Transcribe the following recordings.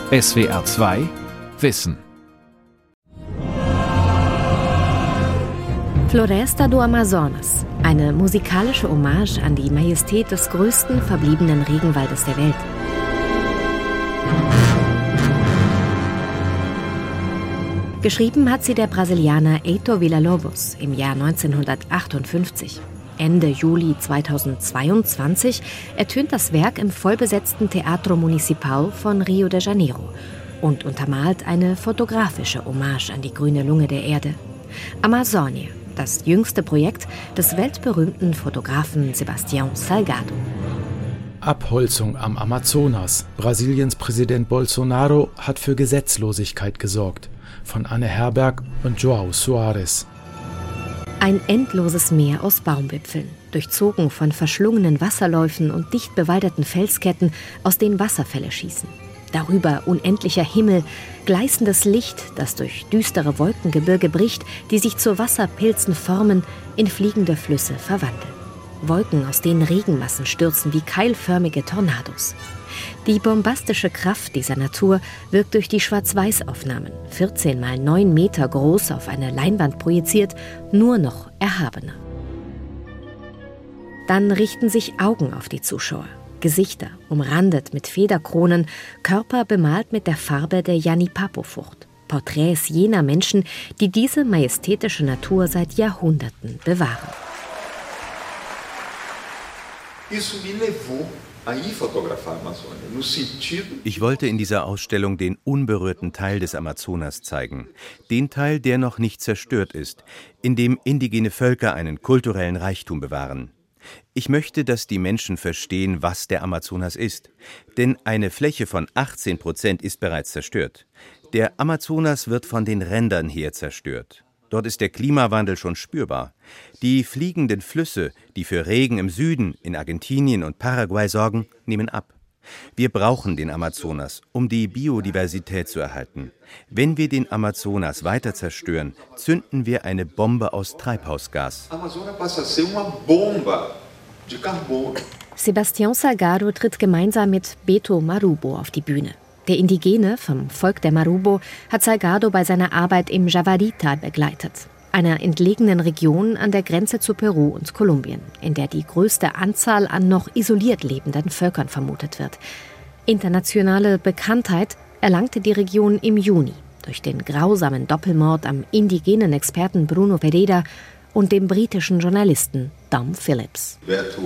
SWR 2 Wissen. Floresta do Amazonas, eine musikalische Hommage an die Majestät des größten verbliebenen Regenwaldes der Welt. Geschrieben hat sie der Brasilianer Heitor Villa-Lobos im Jahr 1958. Ende Juli 2022 ertönt das Werk im vollbesetzten Teatro Municipal von Rio de Janeiro und untermalt eine fotografische Hommage an die grüne Lunge der Erde. Amazônia, das jüngste Projekt des weltberühmten Fotografen Sebastião Salgado. Abholzung am Amazonas. Brasiliens Präsident Bolsonaro hat für Gesetzlosigkeit gesorgt. Von Anne Herberg und João Soares. Ein endloses Meer aus Baumwipfeln, durchzogen von verschlungenen Wasserläufen und dicht bewaldeten Felsketten, aus denen Wasserfälle schießen. Darüber unendlicher Himmel, gleißendes Licht, das durch düstere Wolkengebirge bricht, die sich zu Wasserpilzen formen, in fliegende Flüsse verwandeln. Wolken, aus denen Regenmassen stürzen wie keilförmige Tornados. Die bombastische Kraft dieser Natur wirkt durch die Schwarz-Weiß-Aufnahmen, 14 mal 9 Meter groß auf eine Leinwand projiziert, nur noch erhabener. Dann richten sich Augen auf die Zuschauer. Gesichter, umrandet mit Federkronen, Körper bemalt mit der Farbe der Janipapo-Frucht. Porträts jener Menschen, die diese majestätische Natur seit Jahrhunderten bewahren. Ich wollte in dieser Ausstellung den unberührten Teil des Amazonas zeigen. Den Teil, der noch nicht zerstört ist, in dem indigene Völker einen kulturellen Reichtum bewahren. Ich möchte, dass die Menschen verstehen, was der Amazonas ist. Denn eine Fläche von 18% ist bereits zerstört. Der Amazonas wird von den Rändern her zerstört. Dort ist der Klimawandel schon spürbar. Die fliegenden Flüsse, die für Regen im Süden, in Argentinien und Paraguay sorgen, nehmen ab. Wir brauchen den Amazonas, um die Biodiversität zu erhalten. Wenn wir den Amazonas weiter zerstören, zünden wir eine Bombe aus Treibhausgas. Sebastião Salgado tritt gemeinsam mit Beto Marubo auf die Bühne. Der Indigene vom Volk der Marubo hat Salgado bei seiner Arbeit im Javari-Tal begleitet, einer entlegenen Region an der Grenze zu Peru und Kolumbien, in der die größte Anzahl an noch isoliert lebenden Völkern vermutet wird. Internationale Bekanntheit erlangte die Region im Juni durch den grausamen Doppelmord am indigenen Experten Bruno Pereira und dem britischen Journalisten Dom Phillips.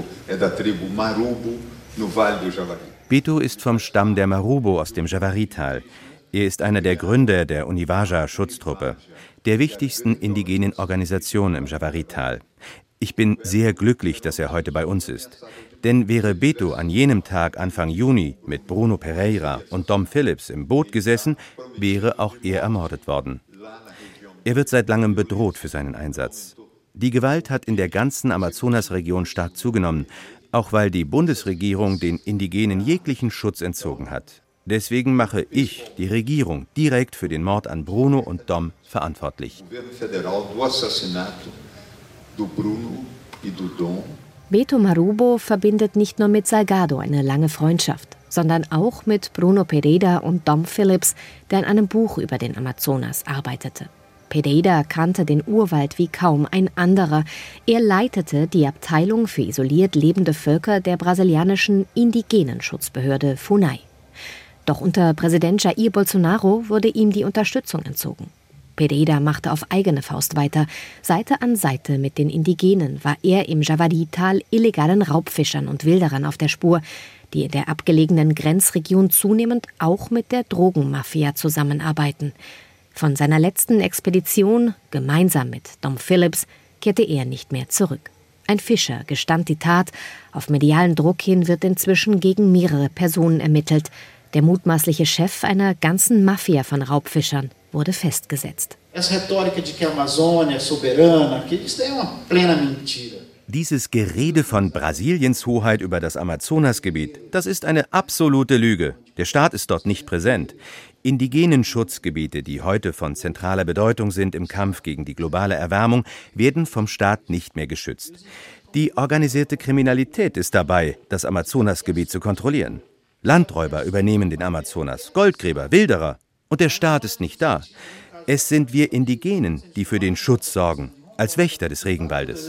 Beto ist vom Stamm der Marubo aus dem Javari-Tal. Er ist einer der Gründer der Univaja-Schutztruppe, der wichtigsten indigenen Organisation im Javari-Tal. Ich bin sehr glücklich, dass er heute bei uns ist. Denn wäre Beto an jenem Tag Anfang Juni mit Bruno Pereira und Dom Phillips im Boot gesessen, wäre auch er ermordet worden. Er wird seit langem bedroht für seinen Einsatz. Die Gewalt hat in der ganzen Amazonasregion stark zugenommen, auch weil die Bundesregierung den Indigenen jeglichen Schutz entzogen hat. Deswegen mache ich die Regierung direkt für den Mord an Bruno und Dom verantwortlich. Beto Marubo verbindet nicht nur mit Salgado eine lange Freundschaft, sondern auch mit Bruno Pereira und Dom Phillips, der an einem Buch über den Amazonas arbeitete. Pereira kannte den Urwald wie kaum ein anderer. Er leitete die Abteilung für isoliert lebende Völker der brasilianischen Indigenenschutzbehörde FUNAI. Doch unter Präsident Jair Bolsonaro wurde ihm die Unterstützung entzogen. Pereira machte auf eigene Faust weiter. Seite an Seite mit den Indigenen war er im Javari-Tal illegalen Raubfischern und Wilderern auf der Spur, die in der abgelegenen Grenzregion zunehmend auch mit der Drogenmafia zusammenarbeiten. Von seiner letzten Expedition, gemeinsam mit Dom Phillips, kehrte er nicht mehr zurück. Ein Fischer gestand die Tat. Auf medialen Druck hin wird inzwischen gegen mehrere Personen ermittelt. Der mutmaßliche Chef einer ganzen Mafia von Raubfischern wurde festgesetzt. Dieses Gerede von Brasiliens Hoheit über das Amazonasgebiet, das ist eine absolute Lüge. Der Staat ist dort nicht präsent. Indigenenschutzgebiete, die heute von zentraler Bedeutung sind im Kampf gegen die globale Erwärmung, werden vom Staat nicht mehr geschützt. Die organisierte Kriminalität ist dabei, das Amazonasgebiet zu kontrollieren. Landräuber übernehmen den Amazonas, Goldgräber, Wilderer. Und der Staat ist nicht da. Es sind wir Indigenen, die für den Schutz sorgen, als Wächter des Regenwaldes.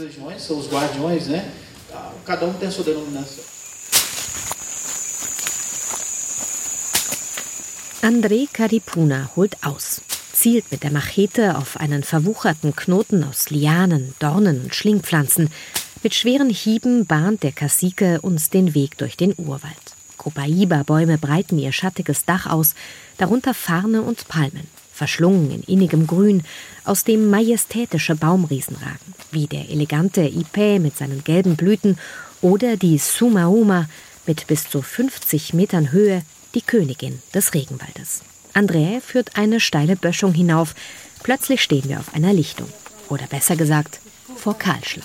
André Caripuna holt aus, zielt mit der Machete auf einen verwucherten Knoten aus Lianen, Dornen und Schlingpflanzen. Mit schweren Hieben bahnt der Cacique uns den Weg durch den Urwald. Copaiba-Bäume breiten ihr schattiges Dach aus, darunter Farne und Palmen, verschlungen in innigem Grün, aus dem majestätische Baumriesen ragen, wie der elegante Ipä mit seinen gelben Blüten oder die Sumauma mit bis zu 50 Metern Höhe, die Königin des Regenwaldes. André führt eine steile Böschung hinauf. Plötzlich stehen wir auf einer Lichtung. Oder besser gesagt, vor Kahlschlag.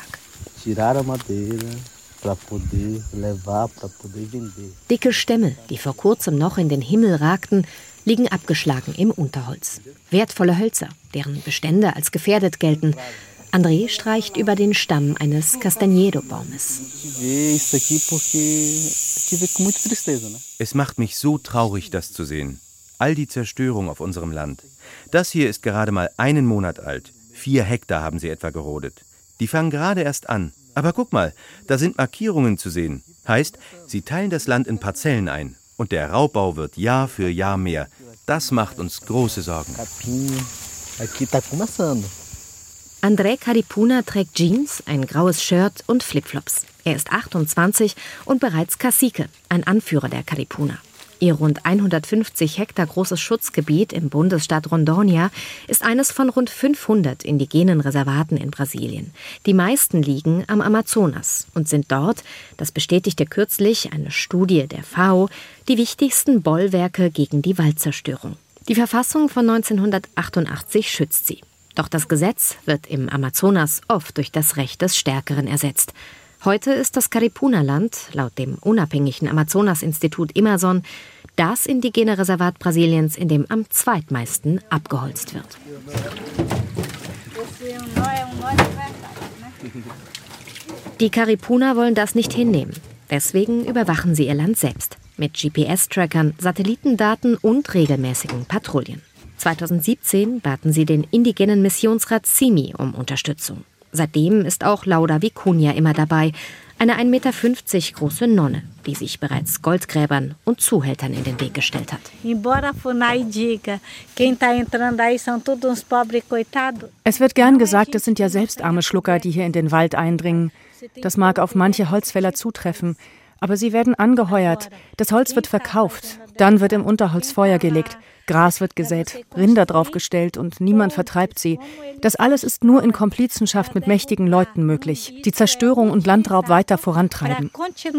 Dicke Stämme, die vor kurzem noch in den Himmel ragten, liegen abgeschlagen im Unterholz. Wertvolle Hölzer, deren Bestände als gefährdet gelten. André streicht über den Stamm eines Castañedo-Baumes. Es macht mich so traurig, das zu sehen. All die Zerstörung auf unserem Land. Das hier ist gerade mal 1 Monat alt. 4 Hektar haben sie etwa gerodet. Die fangen gerade erst an. Aber guck mal, da sind Markierungen zu sehen. Heißt, sie teilen das Land in Parzellen ein. Und der Raubbau wird Jahr für Jahr mehr. Das macht uns große Sorgen. André Caripuna trägt Jeans, ein graues Shirt und Flipflops. Er ist 28 und bereits Cacique, ein Anführer der Caripuna. Ihr rund 150 Hektar großes Schutzgebiet im Bundesstaat Rondônia ist eines von rund 500 indigenen Reservaten in Brasilien. Die meisten liegen am Amazonas und sind dort, das bestätigte kürzlich eine Studie der FAO, die wichtigsten Bollwerke gegen die Waldzerstörung. Die Verfassung von 1988 schützt sie. Doch das Gesetz wird im Amazonas oft durch das Recht des Stärkeren ersetzt. Heute ist das Caripuna-Land, laut dem unabhängigen Amazonas-Institut Imazon, das indigene Reservat Brasiliens, in dem am zweitmeisten abgeholzt wird. Die Caripuna wollen das nicht hinnehmen. Deswegen überwachen sie ihr Land selbst. Mit GPS-Trackern, Satellitendaten und regelmäßigen Patrouillen. 2017 baten sie den indigenen Missionsrat CIMI um Unterstützung. Seitdem ist auch Laura Vicuña immer dabei, eine 1,50 Meter große Nonne, die sich bereits Goldgräbern und Zuhältern in den Weg gestellt hat. Es wird gern gesagt, es sind ja selbst arme Schlucker, die hier in den Wald eindringen. Das mag auf manche Holzfäller zutreffen, aber sie werden angeheuert. Das Holz wird verkauft, dann wird im Unterholz Feuer gelegt. Gras wird gesät, Rinder draufgestellt und niemand vertreibt sie. Das alles ist nur in Komplizenschaft mit mächtigen Leuten möglich, die Zerstörung und Landraub weiter vorantreiben.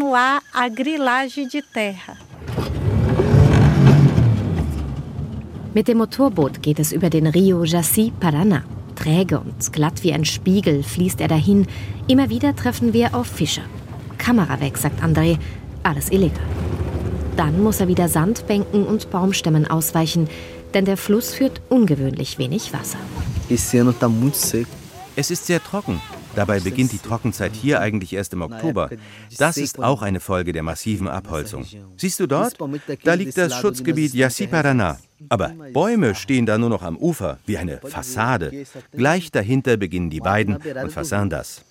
Mit dem Motorboot geht es über den Rio Jaci-Paraná. Träge und glatt wie ein Spiegel fließt er dahin. Immer wieder treffen wir auf Fischer. Kamera weg, sagt André. Alles illegal. Dann muss er wieder Sandbänken und Baumstämmen ausweichen, denn der Fluss führt ungewöhnlich wenig Wasser. Es ist sehr trocken. Dabei beginnt die Trockenzeit hier eigentlich erst im Oktober. Das ist auch eine Folge der massiven Abholzung. Siehst du dort? Da liegt das Schutzgebiet Jaci-Paraná. Aber Bäume stehen da nur noch am Ufer, wie eine Fassade. Gleich dahinter beginnen die Weiden und Fazendas.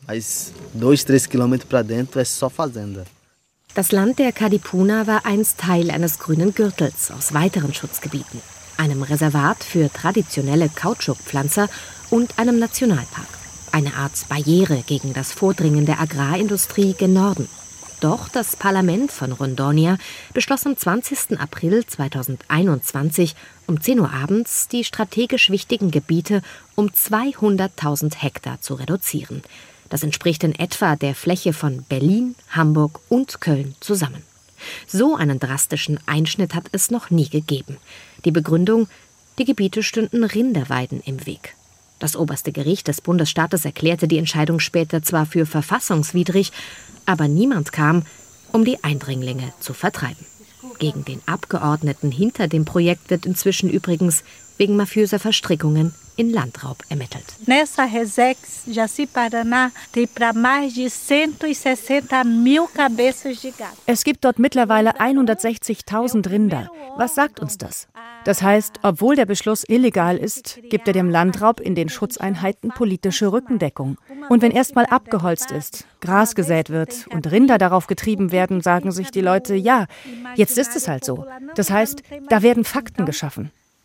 Das Land der Caripuna war einst Teil eines grünen Gürtels aus weiteren Schutzgebieten, einem Reservat für traditionelle Kautschukpflanzer und einem Nationalpark. Eine Art Barriere gegen das Vordringen der Agrarindustrie gen Norden. Doch das Parlament von Rondônia beschloss am 20. April 2021 um 10 Uhr abends, die strategisch wichtigen Gebiete um 200.000 Hektar zu reduzieren. Das entspricht in etwa der Fläche von Berlin, Hamburg und Köln zusammen. So einen drastischen Einschnitt hat es noch nie gegeben. Die Begründung: die Gebiete stünden Rinderweiden im Weg. Das oberste Gericht des Bundesstaates erklärte die Entscheidung später zwar für verfassungswidrig, aber niemand kam, um die Eindringlinge zu vertreiben. Gegen den Abgeordneten hinter dem Projekt wird inzwischen übrigens wegen mafiöser Verstrickungen in Landraub ermittelt. Nessa Resex, Jaci-Paraná, tem para mais de 160.000 cabeças de gado. Es gibt dort mittlerweile 160.000 Rinder. Was sagt uns das? Das heißt, obwohl der Beschluss illegal ist, gibt er dem Landraub in den Schutzeinheiten politische Rückendeckung. Und wenn erstmal abgeholzt ist, Gras gesät wird und Rinder darauf getrieben werden, sagen sich die Leute, ja, jetzt ist es halt so. Das heißt, da werden Fakten geschaffen.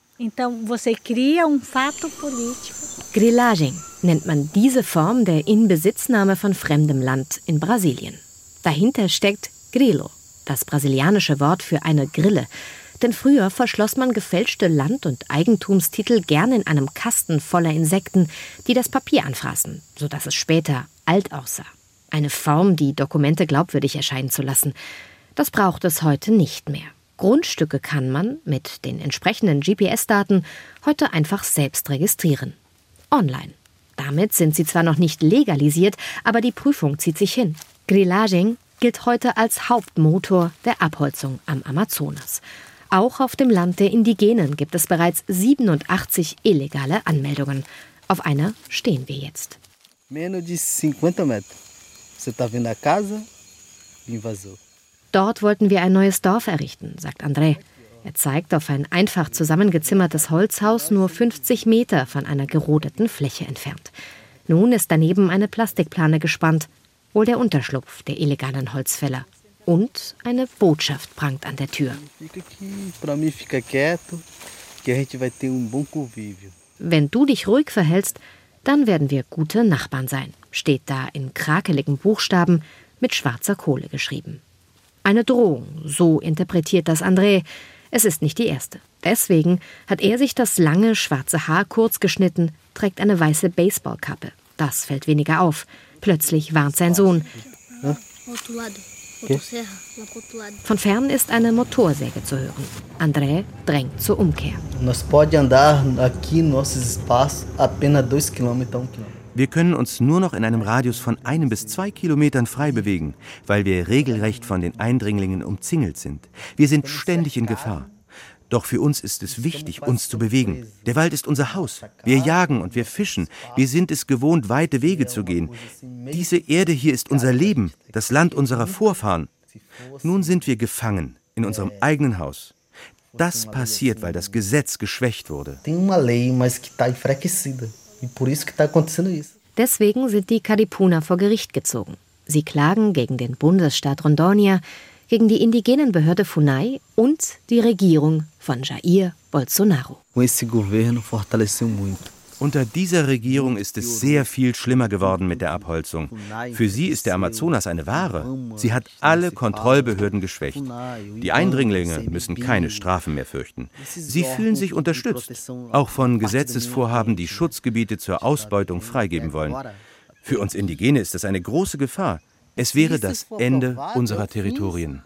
Grilagem nennt man diese Form der Inbesitznahme von fremdem Land in Brasilien. Dahinter steckt Grilo, das brasilianische Wort für eine Grille. Denn früher verschloss man gefälschte Land- und Eigentumstitel gern in einem Kasten voller Insekten, die das Papier anfraßen, sodass es später alt aussah. Eine Form, die Dokumente glaubwürdig erscheinen zu lassen. Das braucht es heute nicht mehr. Grundstücke kann man mit den entsprechenden GPS-Daten heute einfach selbst registrieren. Online. Damit sind sie zwar noch nicht legalisiert, aber die Prüfung zieht sich hin. Grilagem gilt heute als Hauptmotor der Abholzung am Amazonas. Auch auf dem Land der Indigenen gibt es bereits 87 illegale Anmeldungen. Auf einer stehen wir jetzt. Menos de 50 metros. Você está vendo a casa? Invasor. Dort wollten wir ein neues Dorf errichten, sagt André. Er zeigt auf ein einfach zusammengezimmertes Holzhaus nur 50 Meter von einer gerodeten Fläche entfernt. Nun ist daneben eine Plastikplane gespannt, wohl der Unterschlupf der illegalen Holzfäller. Und eine Botschaft prangt an der Tür. Wenn du dich ruhig verhältst, dann werden wir gute Nachbarn sein, steht da in krakeligen Buchstaben mit schwarzer Kohle geschrieben. Eine Drohung, so interpretiert das André. Es ist nicht die erste. Deswegen hat er sich das lange schwarze Haar kurz geschnitten, trägt eine weiße Baseballkappe. Das fällt weniger auf. Plötzlich warnt sein Sohn. Von fern ist eine Motorsäge zu hören. André drängt zur Umkehr. Wir können uns nur noch in einem Radius von 1 bis 2 Kilometern frei bewegen, weil wir regelrecht von den Eindringlingen umzingelt sind. Wir sind ständig in Gefahr. Doch für uns ist es wichtig, uns zu bewegen. Der Wald ist unser Haus. Wir jagen und wir fischen. Wir sind es gewohnt, weite Wege zu gehen. Diese Erde hier ist unser Leben, das Land unserer Vorfahren. Nun sind wir gefangen in unserem eigenen Haus. Das passiert, weil das Gesetz geschwächt wurde. Deswegen sind die Caripuna vor Gericht gezogen. Sie klagen gegen den Bundesstaat Rondônia, gegen die indigenen Behörde FUNAI und die Regierung von Jair Bolsonaro. Unter dieser Regierung ist es sehr viel schlimmer geworden mit der Abholzung. Für sie ist der Amazonas eine Ware. Sie hat alle Kontrollbehörden geschwächt. Die Eindringlinge müssen keine Strafen mehr fürchten. Sie fühlen sich unterstützt, auch von Gesetzesvorhaben, die Schutzgebiete zur Ausbeutung freigeben wollen. Für uns Indigene ist das eine große Gefahr. Es wäre das Ende unserer Territorien.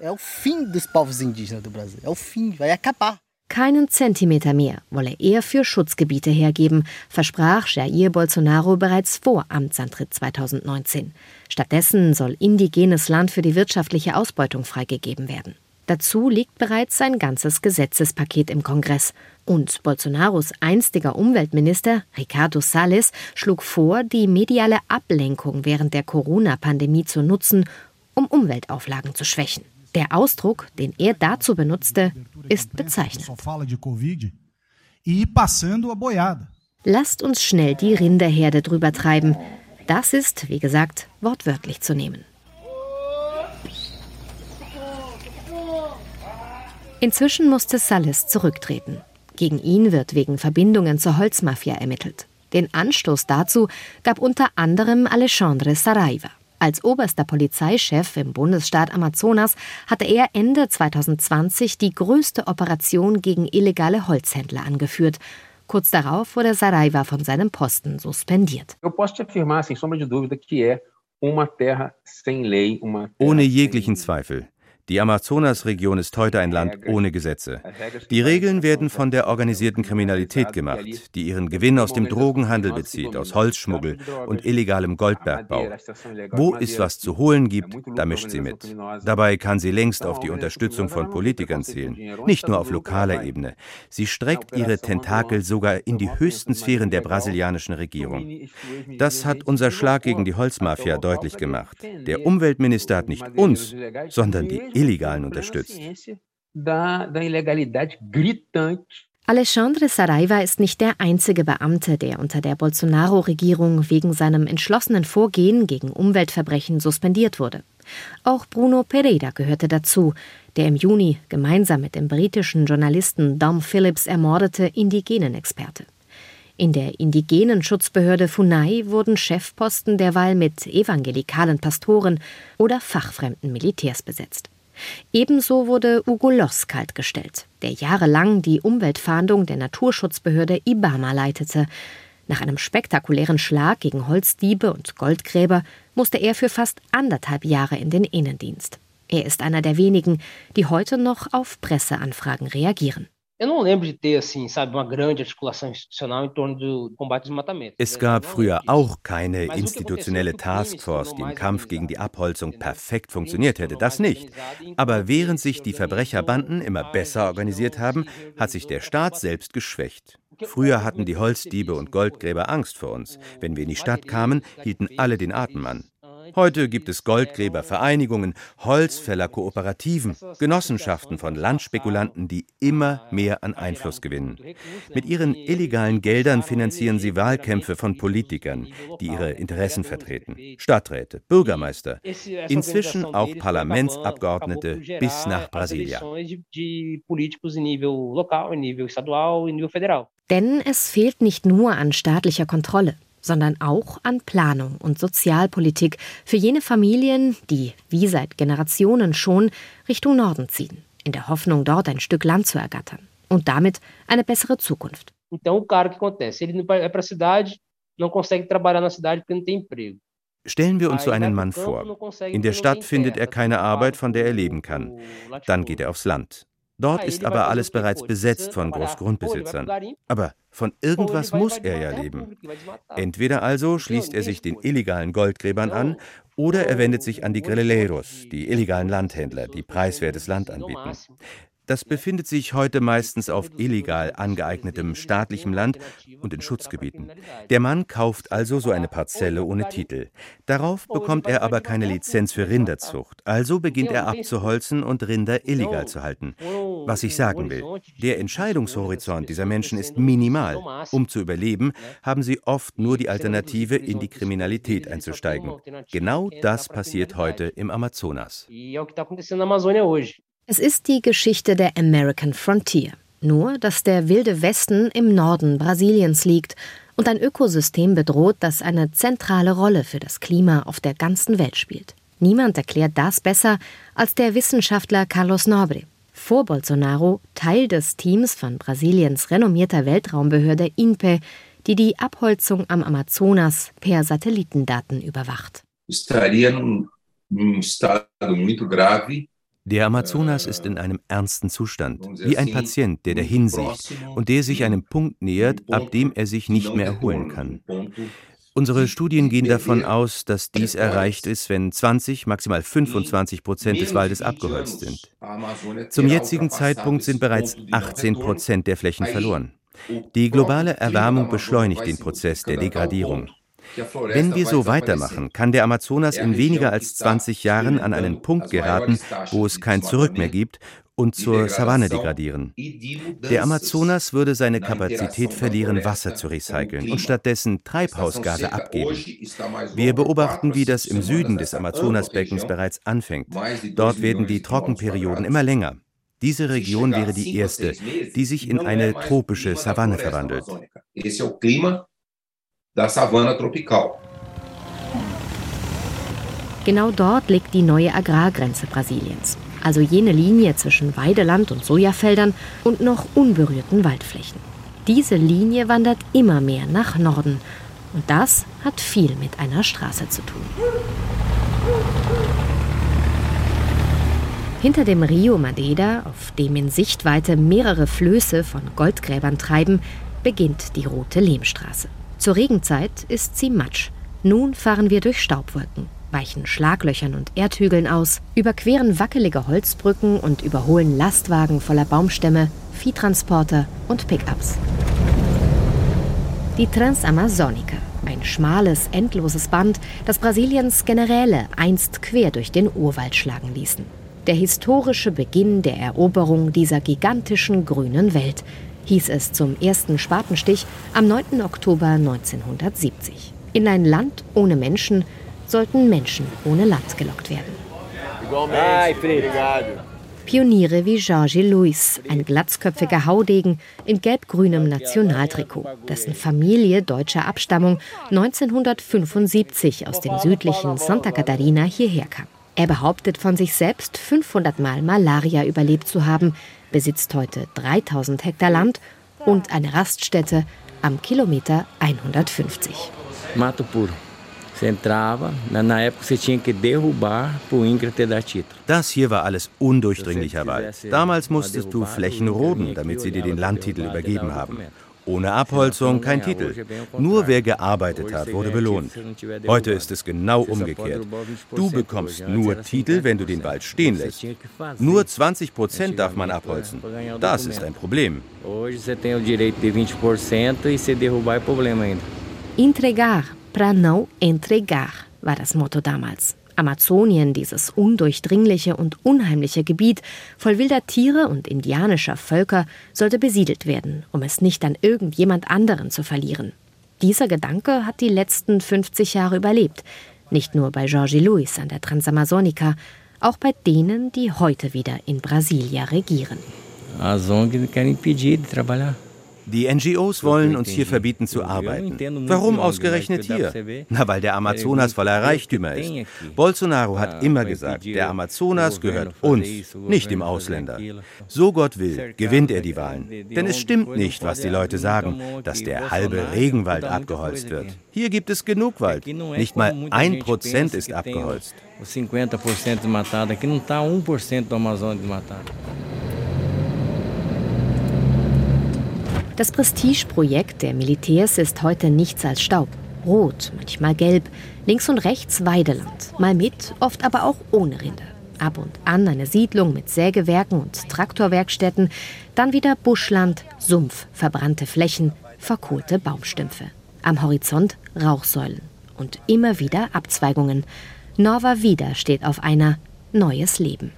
Keinen Zentimeter mehr wolle er für Schutzgebiete hergeben, versprach Jair Bolsonaro bereits vor Amtsantritt 2019. Stattdessen soll indigenes Land für die wirtschaftliche Ausbeutung freigegeben werden. Dazu liegt bereits ein ganzes Gesetzespaket im Kongress. Und Bolsonaros einstiger Umweltminister, Ricardo Salles, schlug vor, die mediale Ablenkung während der Corona-Pandemie zu nutzen, um Umweltauflagen zu schwächen. Der Ausdruck, den er dazu benutzte, ist bezeichnend. Lasst uns schnell die Rinderherde drüber treiben. Das ist, wie gesagt, wortwörtlich zu nehmen. Inzwischen musste Salles zurücktreten. Gegen ihn wird wegen Verbindungen zur Holzmafia ermittelt. Den Anstoß dazu gab unter anderem Alexandre Saraiva. Als oberster Polizeichef im Bundesstaat Amazonas hatte er Ende 2020 die größte Operation gegen illegale Holzhändler angeführt. Kurz darauf wurde Saraiva von seinem Posten suspendiert. Ohne jeglichen Zweifel. Die Amazonasregion ist heute ein Land ohne Gesetze. Die Regeln werden von der organisierten Kriminalität gemacht, die ihren Gewinn aus dem Drogenhandel bezieht, aus Holzschmuggel und illegalem Goldbergbau. Wo es was zu holen gibt, da mischt sie mit. Dabei kann sie längst auf die Unterstützung von Politikern zählen, nicht nur auf lokaler Ebene. Sie streckt ihre Tentakel sogar in die höchsten Sphären der brasilianischen Regierung. Das hat unser Schlag gegen die Holzmafia deutlich gemacht. Der Umweltminister hat nicht uns, sondern die Illegalen unterstützt. Alexandre Saraiva ist nicht der einzige Beamte, der unter der Bolsonaro-Regierung wegen seinem entschlossenen Vorgehen gegen Umweltverbrechen suspendiert wurde. Auch Bruno Pereira gehörte dazu, der im Juni gemeinsam mit dem britischen Journalisten Dom Phillips ermordete Indigenenexperte. In der indigenen Schutzbehörde FUNAI wurden Chefposten derweil mit evangelikalen Pastoren oder fachfremden Militärs besetzt. Ebenso wurde Hugo Loss kaltgestellt, der jahrelang die Umweltfahndung der Naturschutzbehörde IBAMA leitete. Nach einem spektakulären Schlag gegen Holzdiebe und Goldgräber musste er für fast 1,5 Jahre in den Innendienst. Er ist einer der wenigen, die heute noch auf Presseanfragen reagieren. Es gab früher auch keine institutionelle Taskforce, die im Kampf gegen die Abholzung perfekt funktioniert hätte, das nicht. Aber während sich die Verbrecherbanden immer besser organisiert haben, hat sich der Staat selbst geschwächt. Früher hatten die Holzdiebe und Goldgräber Angst vor uns. Wenn wir in die Stadt kamen, hielten alle den Atem an. Heute gibt es Goldgräbervereinigungen, Holzfällerkooperativen, Genossenschaften von Landspekulanten, die immer mehr an Einfluss gewinnen. Mit ihren illegalen Geldern finanzieren sie Wahlkämpfe von Politikern, die ihre Interessen vertreten. Stadträte, Bürgermeister, inzwischen auch Parlamentsabgeordnete bis nach Brasilia. Denn es fehlt nicht nur an staatlicher Kontrolle, sondern auch an Planung und Sozialpolitik für jene Familien, die, wie seit Generationen schon, Richtung Norden ziehen, in der Hoffnung, dort ein Stück Land zu ergattern und damit eine bessere Zukunft. Stellen wir uns so einen Mann vor. In der Stadt findet er keine Arbeit, von der er leben kann. Dann geht er aufs Land. Dort ist aber alles bereits besetzt von Großgrundbesitzern. Aber von irgendwas muss er ja leben. Entweder also schließt er sich den illegalen Goldgräbern an oder er wendet sich an die Guerilleros, die illegalen Landhändler, die preiswertes Land anbieten. Das befindet sich heute meistens auf illegal angeeignetem staatlichem Land und in Schutzgebieten. Der Mann kauft also so eine Parzelle ohne Titel. Darauf bekommt er aber keine Lizenz für Rinderzucht. Also beginnt er abzuholzen und Rinder illegal zu halten. Was ich sagen will, der Entscheidungshorizont dieser Menschen ist minimal. Um zu überleben, haben sie oft nur die Alternative, in die Kriminalität einzusteigen. Genau das passiert heute im Amazonas. Es ist die Geschichte der American Frontier. Nur, dass der wilde Westen im Norden Brasiliens liegt und ein Ökosystem bedroht, das eine zentrale Rolle für das Klima auf der ganzen Welt spielt. Niemand erklärt das besser als der Wissenschaftler Carlos Nobre. Vor Bolsonaro Teil des Teams von Brasiliens renommierter Weltraumbehörde INPE, die die Abholzung am Amazonas per Satellitendaten überwacht. Der Amazonas ist in einem ernsten Zustand, wie ein Patient, der dahin sieht und der sich einem Punkt nähert, ab dem er sich nicht mehr erholen kann. Unsere Studien gehen davon aus, dass dies erreicht ist, wenn 20, maximal 25% des Waldes abgeholzt sind. Zum jetzigen Zeitpunkt sind bereits 18% der Flächen verloren. Die globale Erwärmung beschleunigt den Prozess der Degradierung. Wenn wir so weitermachen, kann der Amazonas in weniger als 20 Jahren an einen Punkt geraten, wo es kein Zurück mehr gibt und zur Savanne degradieren. Der Amazonas würde seine Kapazität verlieren, Wasser zu recyceln und stattdessen Treibhausgase abgeben. Wir beobachten, wie das im Süden des Amazonasbeckens bereits anfängt. Dort werden die Trockenperioden immer länger. Diese Region wäre die erste, die sich in eine tropische Savanne verwandelt. Genau dort liegt die neue Agrargrenze Brasiliens, also jene Linie zwischen Weideland und Sojafeldern und noch unberührten Waldflächen. Diese Linie wandert immer mehr nach Norden und das hat viel mit einer Straße zu tun. Hinter dem Rio Madeira, auf dem in Sichtweite mehrere Flöße von Goldgräbern treiben, beginnt die Rote Lehmstraße. Zur Regenzeit ist sie matsch. Nun fahren wir durch Staubwolken, weichen Schlaglöchern und Erdhügeln aus, überqueren wackelige Holzbrücken und überholen Lastwagen voller Baumstämme, Viehtransporter und Pickups. Die Transamazônica, ein schmales, endloses Band, das Brasiliens Generäle einst quer durch den Urwald schlagen ließen. Der historische Beginn der Eroberung dieser gigantischen grünen Welt, hieß es zum ersten Spatenstich am 9. Oktober 1970. In ein Land ohne Menschen sollten Menschen ohne Land gelockt werden. Pioniere wie Jorge Luis, ein glatzköpfiger Haudegen in gelb-grünem Nationaltrikot, dessen Familie deutscher Abstammung 1975 aus dem südlichen Santa Catarina hierher kam. Er behauptet von sich selbst, 500 Mal Malaria überlebt zu haben, besitzt heute 3000 Hektar Land und eine Raststätte am Kilometer 150. Mato puro. Das hier war alles undurchdringlicher Wald. Damals musstest du Flächen roden, damit sie dir den Landtitel übergeben haben. Ohne Abholzung kein Titel. Nur wer gearbeitet hat, wurde belohnt. Heute ist es genau umgekehrt. Du bekommst nur Titel, wenn du den Wald stehen lässt. Nur 20% darf man abholzen. Das ist ein Problem. Entregar, pra não entregar, war das Motto damals. Amazonien, dieses undurchdringliche und unheimliche Gebiet voll wilder Tiere und indianischer Völker, sollte besiedelt werden, um es nicht an irgendjemand anderen zu verlieren. Dieser Gedanke hat die letzten 50 Jahre überlebt. Nicht nur bei Jorge Luis an der Transamazônica, auch bei denen, die heute wieder in Brasilia regieren. Die NGOs wollen uns hier verbieten zu arbeiten. Warum ausgerechnet hier? Na, weil der Amazonas voller Reichtümer ist. Bolsonaro hat immer gesagt, der Amazonas gehört uns, nicht dem Ausländer. So Gott will, gewinnt er die Wahlen. Denn es stimmt nicht, was die Leute sagen, dass der halbe Regenwald abgeholzt wird. Hier gibt es genug Wald. Nicht mal 1% ist abgeholzt. Das Prestigeprojekt der Militärs ist heute nichts als Staub. Rot, manchmal gelb, links und rechts Weideland, mal mit, oft aber auch ohne Rinde. Ab und an eine Siedlung mit Sägewerken und Traktorwerkstätten, dann wieder Buschland, Sumpf, verbrannte Flächen, verkohlte Baumstümpfe. Am Horizont Rauchsäulen und immer wieder Abzweigungen. Nova Vida steht auf einer Neues Leben.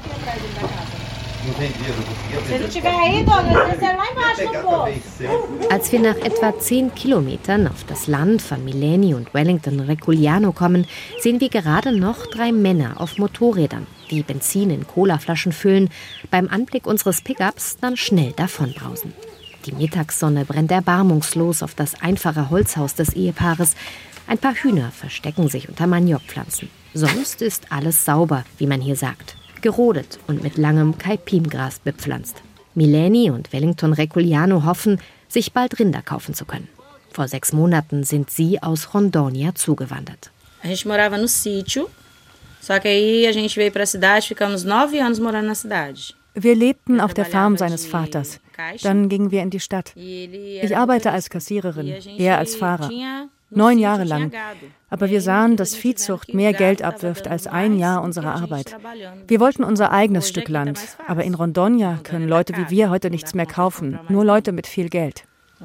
Als wir nach etwa 10 Kilometern auf das Land von Mileni und Wellington Reculiano kommen, sehen wir gerade noch 3 Männer auf Motorrädern, die Benzin in Colaflaschen füllen, beim Anblick unseres Pickups dann schnell davonbrausen. Die Mittagssonne brennt erbarmungslos auf das einfache Holzhaus des Ehepaares. Ein paar Hühner verstecken sich unter Maniokpflanzen. Sonst ist alles sauber, wie man hier sagt. Gerodet und mit langem Caipimgras bepflanzt. Mileni und Wellington Reculiano hoffen, sich bald Rinder kaufen zu können. Vor 6 Monaten sind sie aus Rondônia zugewandert. A gente morava no sítio, só que aí a gente veio para a cidade, ficamos 9 anos morando na cidade. Wir lebten auf der Farm seines Vaters. Dann gingen wir in die Stadt. Ich arbeite als Kassiererin, er als Fahrer. 9 Jahre lang. Aber wir sahen, dass Viehzucht mehr Geld abwirft als 1 Jahr unserer Arbeit. Wir wollten unser eigenes Stück Land. Aber in Rondônia können Leute wie wir heute nichts mehr kaufen. Nur Leute mit viel Geld.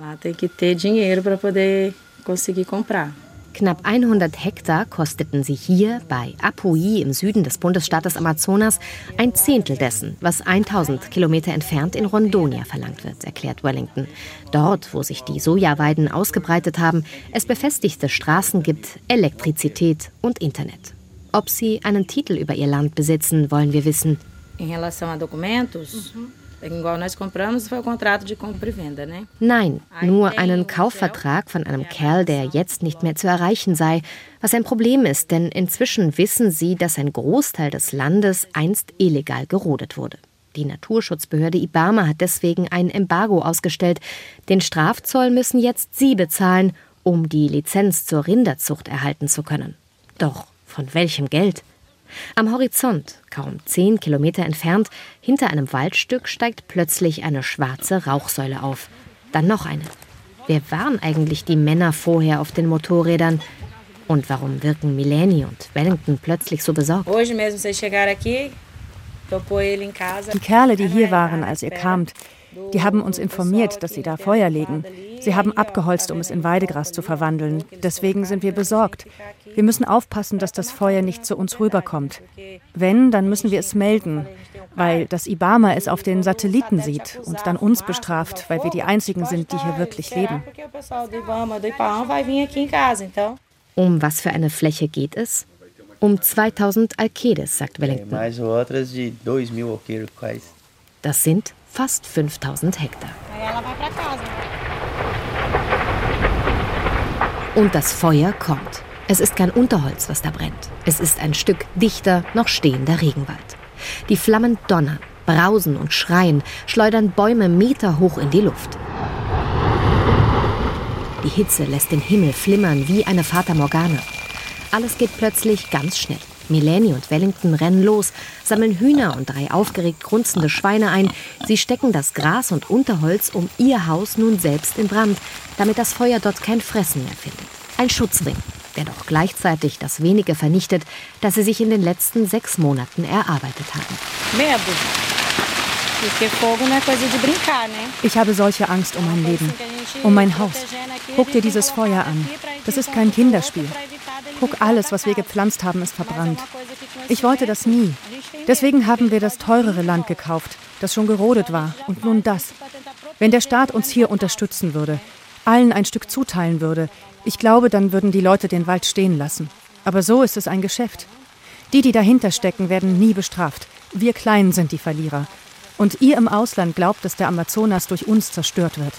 Knapp 100 Hektar kosteten sie hier bei Apuí im Süden des Bundesstaates Amazonas 1/10 dessen, was 1000 Kilometer entfernt in Rondônia verlangt wird, erklärt Wellington. Dort, wo sich die Sojaweiden ausgebreitet haben, es befestigte Straßen gibt, Elektrizität und Internet. Ob sie einen Titel über ihr Land besitzen, wollen wir wissen. Nein, nur einen Kaufvertrag von einem Kerl, der jetzt nicht mehr zu erreichen sei, was ein Problem ist, denn inzwischen wissen sie, dass ein Großteil des Landes einst illegal gerodet wurde. Die Naturschutzbehörde IBAMA hat deswegen ein Embargo ausgestellt. Den Strafzoll müssen jetzt sie bezahlen, um die Lizenz zur Rinderzucht erhalten zu können. Doch von welchem Geld? Am Horizont, kaum 10 Kilometer entfernt, hinter einem Waldstück steigt plötzlich eine schwarze Rauchsäule auf. Dann noch eine. Wer waren eigentlich die Männer vorher auf den Motorrädern? Und warum wirken Mileni und Wellington plötzlich so besorgt? Die Kerle, die hier waren, als ihr kamt, die haben uns informiert, dass sie da Feuer legen. Sie haben abgeholzt, um es in Weidegras zu verwandeln. Deswegen sind wir besorgt. Wir müssen aufpassen, dass das Feuer nicht zu uns rüberkommt. Wenn, dann müssen wir es melden, weil das IBAMA es auf den Satelliten sieht und dann uns bestraft, weil wir die Einzigen sind, die hier wirklich leben. Um was für eine Fläche geht es? Um 2000 Alqueires, sagt Wellington. Das sind fast 5000 Hektar. Und das Feuer kommt. Es ist kein Unterholz, was da brennt. Es ist ein Stück dichter, noch stehender Regenwald. Die Flammen donnern, brausen und schreien, schleudern Bäume meterhoch in die Luft. Die Hitze lässt den Himmel flimmern wie eine Fata Morgana. Alles geht plötzlich ganz schnell. Mileni und Wellington rennen los, sammeln Hühner und 3 aufgeregt grunzende Schweine ein. Sie stecken das Gras und Unterholz um ihr Haus nun selbst in Brand, damit das Feuer dort kein Fressen mehr findet. Ein Schutzring, der doch gleichzeitig das Wenige vernichtet, das sie sich in den letzten 6 Monaten erarbeitet haben. Ich habe solche Angst um mein Leben, um mein Haus. Guck dir dieses Feuer an. Das ist kein Kinderspiel. Guck, alles, was wir gepflanzt haben, ist verbrannt. Ich wollte das nie. Deswegen haben wir das teurere Land gekauft, das schon gerodet war. Und nun das. Wenn der Staat uns hier unterstützen würde, allen ein Stück zuteilen würde, ich glaube, dann würden die Leute den Wald stehen lassen. Aber so ist es ein Geschäft. Die, die dahinter stecken, werden nie bestraft. Wir Kleinen sind die Verlierer. Und ihr im Ausland glaubt, dass der Amazonas durch uns zerstört wird.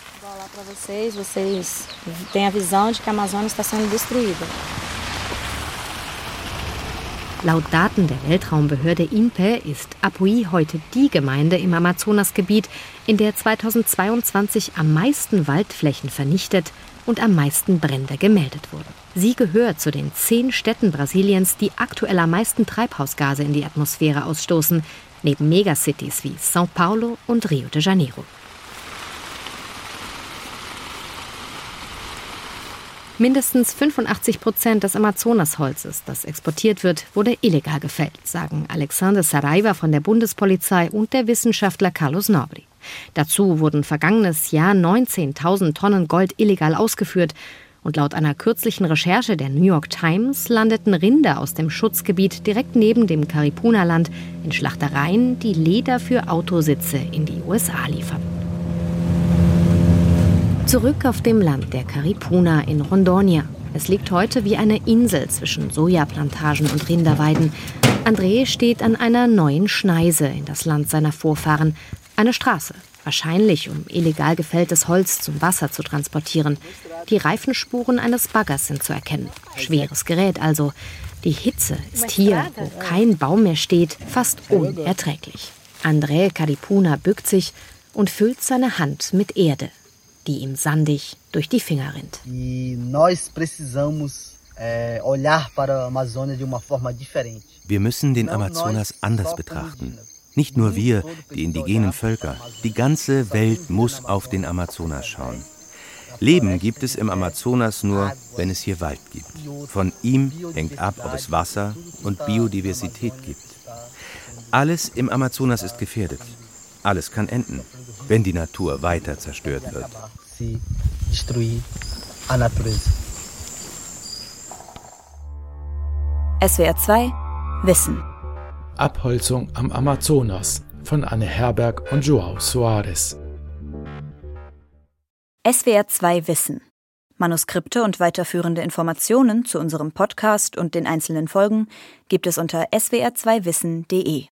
Laut Daten der Weltraumbehörde INPE ist Apuí heute die Gemeinde im Amazonasgebiet, in der 2022 am meisten Waldflächen vernichtet und am meisten Brände gemeldet wurden. Sie gehört zu den 10 Städten Brasiliens, die aktuell am meisten Treibhausgase in die Atmosphäre ausstoßen, neben Megacities wie São Paulo und Rio de Janeiro. Mindestens 85% des Amazonasholzes, das exportiert wird, wurde illegal gefällt, sagen Alexander Saraiva von der Bundespolizei und der Wissenschaftler Carlos Nobre. Dazu wurden vergangenes Jahr 19.000 Tonnen Gold illegal ausgeführt. Und laut einer kürzlichen Recherche der New York Times landeten Rinder aus dem Schutzgebiet direkt neben dem Caripuna-Land in Schlachtereien, die Leder für Autositze in die USA liefern. Zurück auf dem Land der Caripuna in Rondônia. Es liegt heute wie eine Insel zwischen Sojaplantagen und Rinderweiden. André steht an einer neuen Schneise in das Land seiner Vorfahren. Eine Straße, wahrscheinlich um illegal gefälltes Holz zum Wasser zu transportieren. Die Reifenspuren eines Baggers sind zu erkennen. Schweres Gerät also. Die Hitze ist hier, wo kein Baum mehr steht, fast unerträglich. André Caripuna bückt sich und füllt seine Hand mit Erde, die ihm sandig durch die Finger rinnt. Wir müssen den Amazonas anders betrachten. Nicht nur wir, die indigenen Völker. Die ganze Welt muss auf den Amazonas schauen. Leben gibt es im Amazonas nur, wenn es hier Wald gibt. Von ihm hängt ab, ob es Wasser und Biodiversität gibt. Alles im Amazonas ist gefährdet. Alles kann enden, wenn die Natur weiter zerstört wird. SWR 2 Wissen. Abholzung am Amazonas von Anne Herberg und João Soares. SWR 2 Wissen. Manuskripte und weiterführende Informationen zu unserem Podcast und den einzelnen Folgen gibt es unter swr2wissen.de.